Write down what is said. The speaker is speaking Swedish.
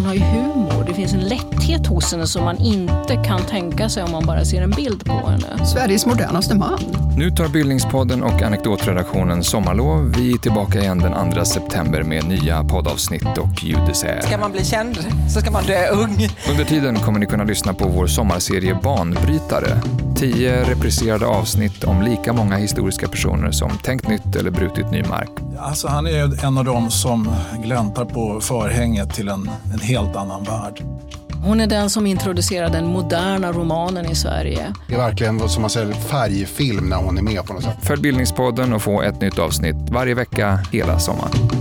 hon har ju humor. Det finns en lätthet hos henne som man inte kan tänka sig om man bara ser en bild på henne. Sveriges modernaste man. Nu tar Bildningspodden och Anekdotredaktionen sommarlov. Vi är tillbaka igen den 2 september med nya poddavsnitt och ljudessär. Ska man bli känd så ska man dö ung. Under tiden kommer ni kunna lyssna på vår sommarserie Banbrytare. 10 repriserade avsnitt om lika många historiska personer som tänkt nytt eller brutit ny mark. Alltså, han är en av dem som gläntar på förhänget till en helt annan värld. Hon är den som introducerade den moderna romanen i Sverige. Det är verkligen som man säger färgfilm när hon är med på något sätt. Följ Bildningspodden och få ett nytt avsnitt varje vecka hela sommaren.